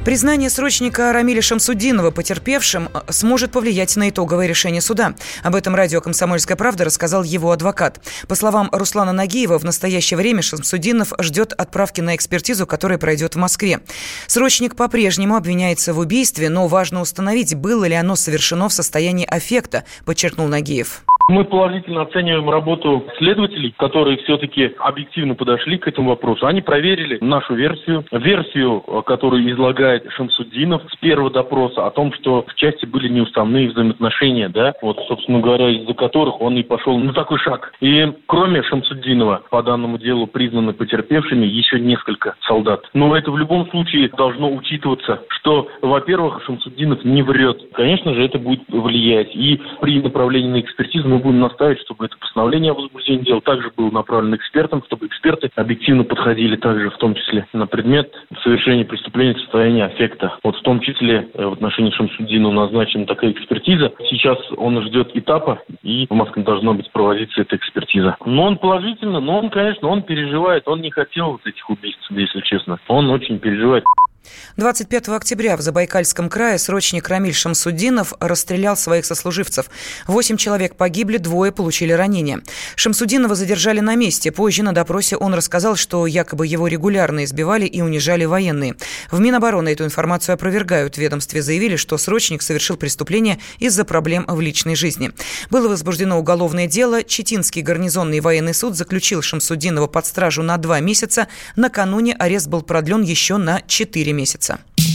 Признание срочника Рамиля Шамсутдинова потерпевшим сможет повлиять на итоговое решение суда. Об этом радио «Комсомольская правда» рассказал его адвокат. По словам Руслана Нагиева, в настоящее время Шамсутдинов ждет отправки на экспертизу, которая пройдет в Москве. Срочник по-прежнему обвиняется в убийстве, но важно установить, было ли оно совершено в состоянии аффекта, подчеркнул Нагиев. Мы положительно оцениваем работу следователей, которые все-таки объективно подошли к этому вопросу. Они проверили нашу версию, которую излагает Шамсутдинов с первого допроса, о том, что в части были неуставные взаимоотношения, собственно говоря, из-за которых он и пошел на такой шаг. И кроме Шамсутдинова, по данному делу признаны потерпевшими еще несколько солдат. Но это в любом случае должно учитываться, что, во-первых, Шамсутдинов не врет. Конечно же, это будет влиять. И при направлении на экспертизу мы будем настаивать, чтобы это постановление о возбуждении дела также было направлено экспертам, чтобы эксперты объективно подходили также в том числе на предмет совершения преступления в состоянии аффекта. В том числе в отношении Шамсутдинова назначена такая экспертиза. Сейчас он ждет этапа, и в Москве должна быть проводиться эта экспертиза. Но он положительно, он переживает, он не хотел этих убийств, если честно. Он очень переживает. 25 октября в Забайкальском крае срочник Рамиль Шамсутдинов расстрелял своих сослуживцев. 8 человек погибли, 2 получили ранения. Шамсутдинова задержали на месте. Позже на допросе он рассказал, что якобы его регулярно избивали и унижали военные. В Минобороны эту информацию опровергают. В ведомстве заявили, что срочник совершил преступление из-за проблем в личной жизни. Было возбуждено уголовное дело. Читинский гарнизонный военный суд заключил Шамсутдинова под стражу на 2 месяца. Накануне арест был продлен еще на 4 месяца.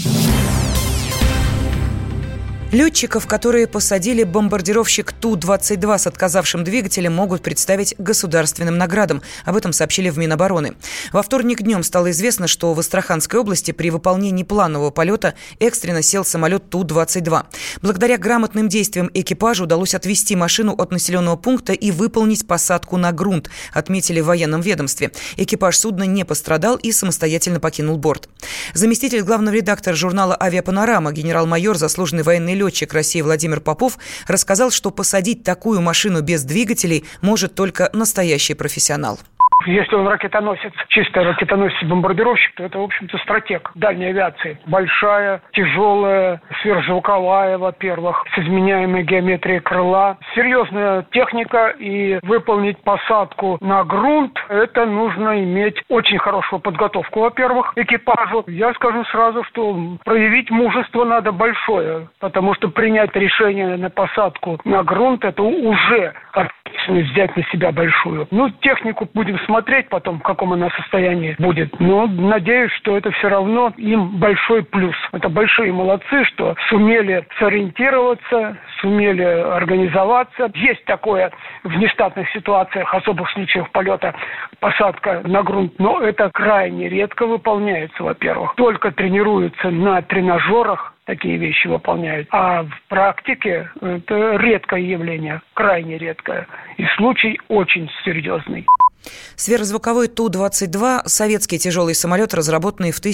Летчиков, которые посадили бомбардировщик Ту-22 с отказавшим двигателем, могут представить государственным наградам. Об этом сообщили в Минобороны. Во вторник днем стало известно, что в Астраханской области при выполнении планового полета экстренно сел самолет Ту-22. Благодаря грамотным действиям экипажа удалось отвести машину от населенного пункта и выполнить посадку на грунт, отметили в военном ведомстве. Экипаж судна не пострадал и самостоятельно покинул борт. Заместитель главного редактора журнала «Авиапанорама», генерал-майор, заслуженный военный летчик России Владимир Попов рассказал, что посадить такую машину без двигателей может только настоящий профессионал. Если он ракетоносец, чисто ракетоносец-бомбардировщик, то это, в общем-то, стратег дальней авиации. Большая, тяжелая, сверхзвуковая, во-первых, с изменяемой геометрией крыла. Серьезная техника, и выполнить посадку на грунт, это нужно иметь очень хорошую подготовку, во-первых, экипажу. Я скажу сразу, что проявить мужество надо большое, потому что принять решение на посадку на грунт, это уже ответственность взять на себя большую. Технику будем смотреть потом, в каком она состоянии будет. Но надеюсь, что это все равно им большой плюс. Это большие молодцы, что сумели сориентироваться, сумели организоваться. Есть такое в нештатных ситуациях, особых случаях полета, посадка на грунт, но это крайне редко выполняется, во-первых. Только тренируются на тренажерах, такие вещи выполняют. А в практике это редкое явление, крайне редкое. И случай очень серьезный. Сверхзвуковой Ту-22 – советский тяжелый самолет, разработанный в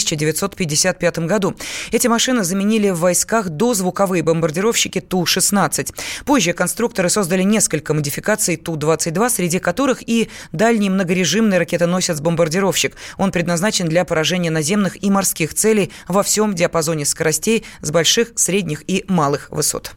1955 году. Эти машины заменили в войсках дозвуковые бомбардировщики Ту-16. Позже конструкторы создали несколько модификаций Ту-22, среди которых и дальний многорежимный ракетоносец-бомбардировщик. Он предназначен для поражения наземных и морских целей во всем диапазоне скоростей с больших, средних и малых высот.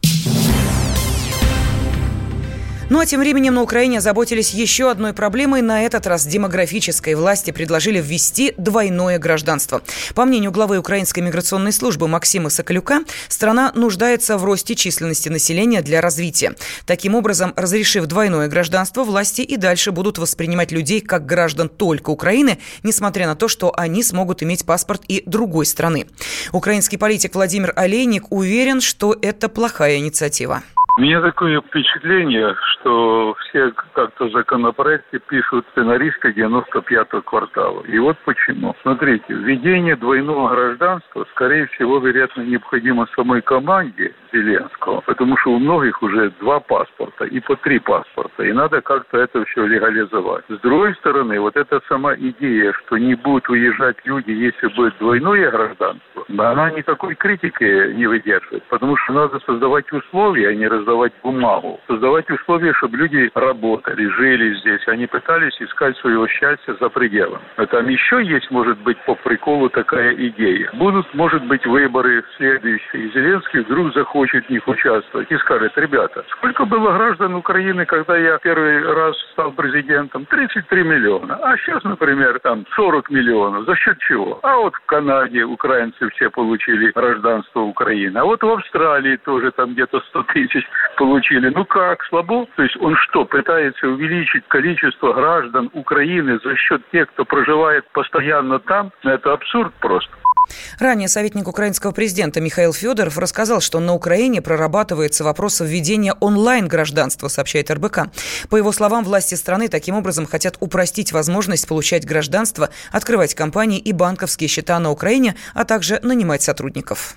А тем временем на Украине озаботились еще одной проблемой, на этот раз демографической. Власти предложили ввести двойное гражданство. По мнению главы Украинской миграционной службы Максима Соколюка, страна нуждается в росте численности населения для развития. Таким образом, разрешив двойное гражданство, власти и дальше будут воспринимать людей как граждан только Украины, несмотря на то, что они смогут иметь паспорт и другой страны. Украинский политик Владимир Олейник уверен, что это плохая инициатива. У меня такое впечатление, что все как-то законопроекты пишут сценаристы 95-го квартала. И вот почему. Смотрите, введение двойного гражданства, скорее всего, вероятно, необходимо самой команде Зеленского, потому что у многих уже 2 паспорта и по 3 паспорта. И надо как-то это все легализовать. С другой стороны, вот эта сама идея, что не будут уезжать люди, если будет двойное гражданство, то она никакой критики не выдерживает, потому что надо создавать условия, а не раздавать бумагу. Создавать условия, чтобы люди работали, жили здесь, они пытались искать своего счастья за пределом. А там еще есть, может быть, по приколу такая идея. Будут, может быть, выборы следующие. Зеленский вдруг захочет в них участвовать и скажет: ребята, сколько было граждан Украины, когда я первый раз стал президентом? 33 миллиона. А сейчас, например, там 40 миллионов. За счет чего? А вот в Канаде украинцы все получили гражданство Украины. А вот в Австралии тоже там где-то 100 тысяч получили. Ну как, слабо? То есть он что, пытается увеличить количество граждан Украины за счет тех, кто проживает постоянно там? Это абсурд просто. Ранее советник украинского президента Михаил Федоров рассказал, что на Украине прорабатывается вопрос введения онлайн-гражданства, сообщает РБК. По его словам, власти страны таким образом хотят упростить возможность получать гражданство, открывать компании и банковские счета на Украине, а также нанимать сотрудников.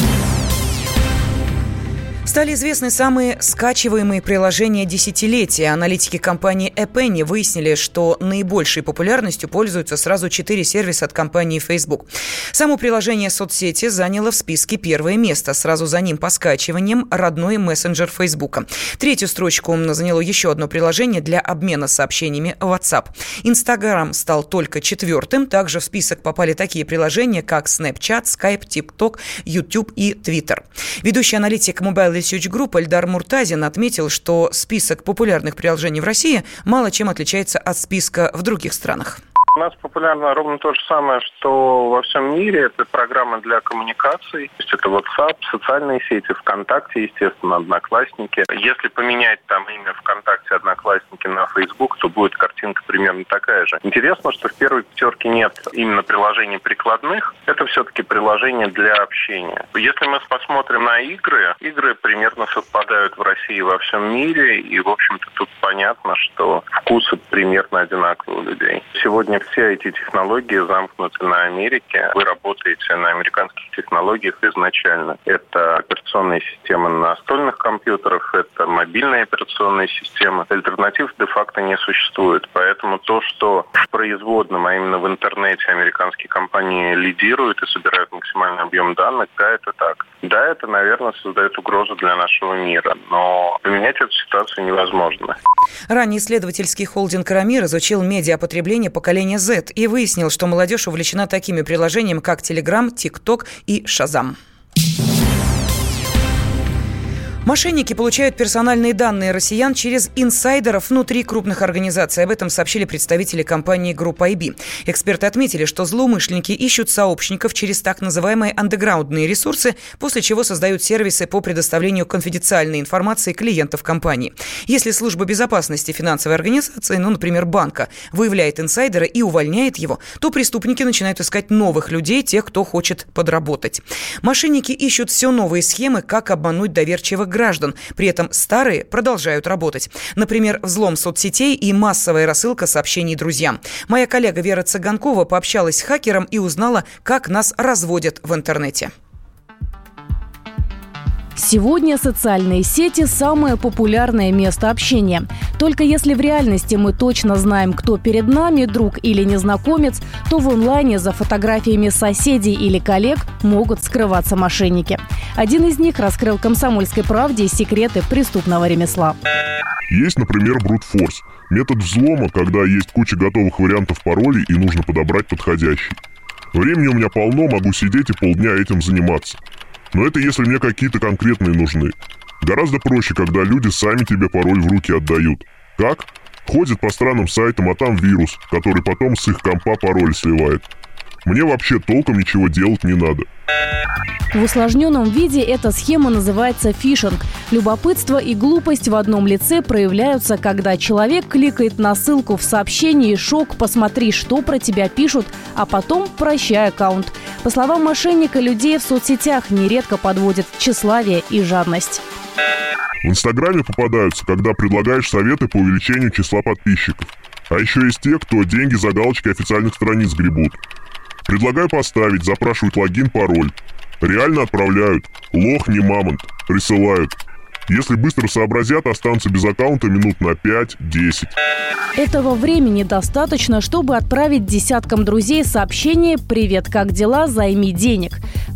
Стали известны самые скачиваемые приложения десятилетия. Аналитики компании ePenny выяснили, что наибольшей популярностью пользуются сразу 4 сервиса от компании Facebook. Само приложение соцсети заняло в списке первое место. Сразу за ним по скачиваниям родной мессенджер Facebook. Третью строчку заняло еще одно приложение для обмена сообщениями WhatsApp. Instagram стал только 4-м. Также в список попали такие приложения, как Snapchat, Skype, TikTok, YouTube и Twitter. Ведущий аналитик Mobile Research Group Эльдар Муртазин отметил, что список популярных приложений в России мало чем отличается от списка в других странах. У нас популярно ровно то же самое, что во всем мире. Это программы для коммуникаций. То есть это WhatsApp, социальные сети, ВКонтакте, естественно, Одноклассники. Если поменять там имя ВКонтакте, Одноклассники на Facebook, то будет картинка примерно такая же. Интересно, что в первой пятерке нет именно приложений прикладных. Это все-таки приложения для общения. Если мы посмотрим на игры примерно совпадают в России и во всем мире. И, в общем-то, тут понятно, что вкусы примерно одинаковые у людей. Сегодня все эти технологии замкнуты на Америке. Вы работаете на американских технологиях изначально. Это операционные системы настольных компьютеров, это мобильные операционные системы. Альтернатив де-факто не существует. Поэтому то, что в производном, а именно в интернете американские компании лидируют и собирают максимальный объем данных, да, это так. Да, это, наверное, создает угрозу для нашего мира, но поменять эту ситуацию невозможно. Ранее исследовательский холдинг «Рамир» изучил медиапотребление поколения Z и выяснил, что молодежь увлечена такими приложениями, как Telegram, TikTok и Shazam. Мошенники получают персональные данные россиян через инсайдеров внутри крупных организаций. Об этом сообщили представители компании Группа IB. Эксперты отметили, что злоумышленники ищут сообщников через так называемые андеграундные ресурсы, после чего создают сервисы по предоставлению конфиденциальной информации клиентов компании. Если служба безопасности финансовой организации, например, банка, выявляет инсайдера и увольняет его, то преступники начинают искать новых людей, тех, кто хочет подработать. Мошенники ищут все новые схемы, как обмануть доверчивых граждан. При этом старые продолжают работать. Например, взлом соцсетей и массовая рассылка сообщений друзьям. Моя коллега Вера Цыганкова пообщалась с хакером и узнала, как нас разводят в интернете. Сегодня социальные сети – самое популярное место общения. Только если в реальности мы точно знаем, кто перед нами, друг или незнакомец, то в онлайне за фотографиями соседей или коллег могут скрываться мошенники. Один из них раскрыл «Комсомольской правде» секреты преступного ремесла. Есть, например, брутфорс – метод взлома, когда есть куча готовых вариантов паролей и нужно подобрать подходящий. Времени у меня полно, могу сидеть и полдня этим заниматься. Но это если мне какие-то конкретные нужны. Гораздо проще, когда люди сами тебе пароль в руки отдают. Как? Ходят по странным сайтам, а там вирус, который потом с их компа пароль сливает. Мне вообще толком ничего делать не надо. В усложненном виде эта схема называется фишинг. Любопытство и глупость в одном лице проявляются, когда человек кликает на ссылку в сообщении «Шок, посмотри, что про тебя пишут», а потом «Прощай аккаунт». По словам мошенника, людей в соцсетях нередко подводят тщеславие и жадность. В Инстаграме попадаются, когда предлагаешь советы по увеличению числа подписчиков. А еще есть те, кто деньги за галочки официальных страниц гребут. Предлагаю поставить, запрашивают логин, пароль. Реально отправляют. Лох не мамонт. Присылают. Если быстро сообразят, останутся без аккаунта минут на 5-10. Этого времени достаточно, чтобы отправить десяткам друзей сообщение «Привет, как дела? Займи денег».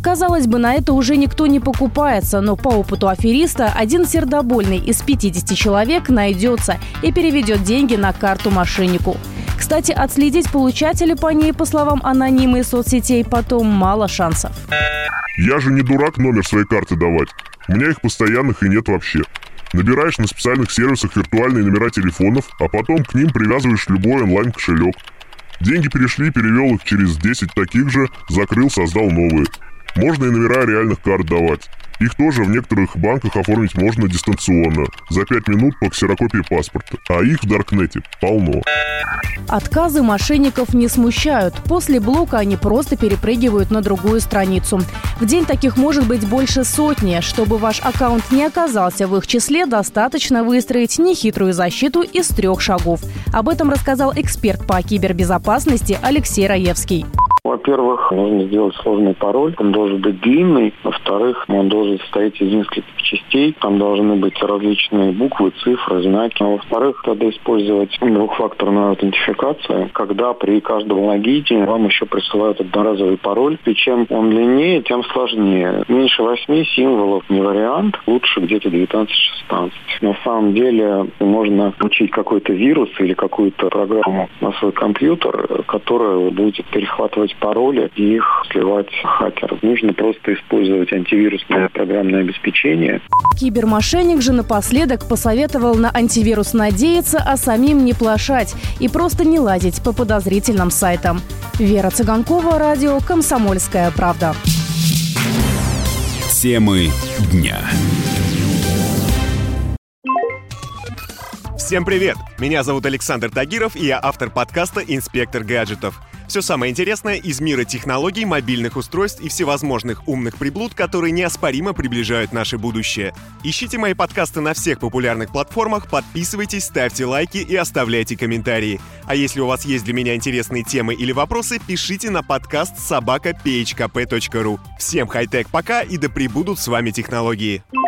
Казалось бы, на это уже никто не покупается, но по опыту афериста один сердобольный из 50 человек найдется и переведет деньги на карту мошеннику. Кстати, отследить получателя по ней, по словам анонима из соцсетей, потом мало шансов. Я же не дурак номер своей карты давать. У меня их постоянных и нет вообще. Набираешь на специальных сервисах виртуальные номера телефонов, а потом к ним привязываешь любой онлайн-кошелек. Деньги перешли, перевел их через 10 таких же, закрыл, создал новые. Можно и номера реальных карт давать. Их тоже в некоторых банках оформить можно дистанционно, за 5 минут по ксерокопии паспорта, а их в Даркнете полно. Отказы мошенников не смущают. После блока они просто перепрыгивают на другую страницу. В день таких может быть больше сотни. Чтобы ваш аккаунт не оказался в их числе, достаточно выстроить нехитрую защиту из 3 шагов. Об этом рассказал эксперт по кибербезопасности Алексей Раевский. Во-первых, нужно сделать сложный пароль. Он должен быть длинный. Во-вторых, он должен состоять из нескольких частей. Там должны быть различные буквы, цифры, знаки. А во-вторых, надо использовать двухфакторную аутентификацию, когда при каждом логине вам еще присылают одноразовый пароль. И чем он длиннее, тем сложнее. Меньше 8 символов не вариант. Лучше где-то 19-16. На самом деле можно получить какой-то вирус или какую-то программу на свой компьютер, которая будет перехватывать пароли и их сливать хакерам. Нужно просто использовать антивирусное программное обеспечение. Кибермошенник же напоследок посоветовал на антивирус надеяться, а самим не плашать и просто не лазить по подозрительным сайтам. Вера Цыганкова, радио «Комсомольская правда». Темы дня. Всем привет! Меня зовут Александр Тагиров, и я автор подкаста «Инспектор гаджетов». Все самое интересное из мира технологий, мобильных устройств и всевозможных умных приблуд, которые неоспоримо приближают наше будущее. Ищите мои подкасты на всех популярных платформах, подписывайтесь, ставьте лайки и оставляйте комментарии. А если у вас есть для меня интересные темы или вопросы, пишите на подкаст @phkp.ru. Всем хай-тек пока и да пребудут с вами технологии!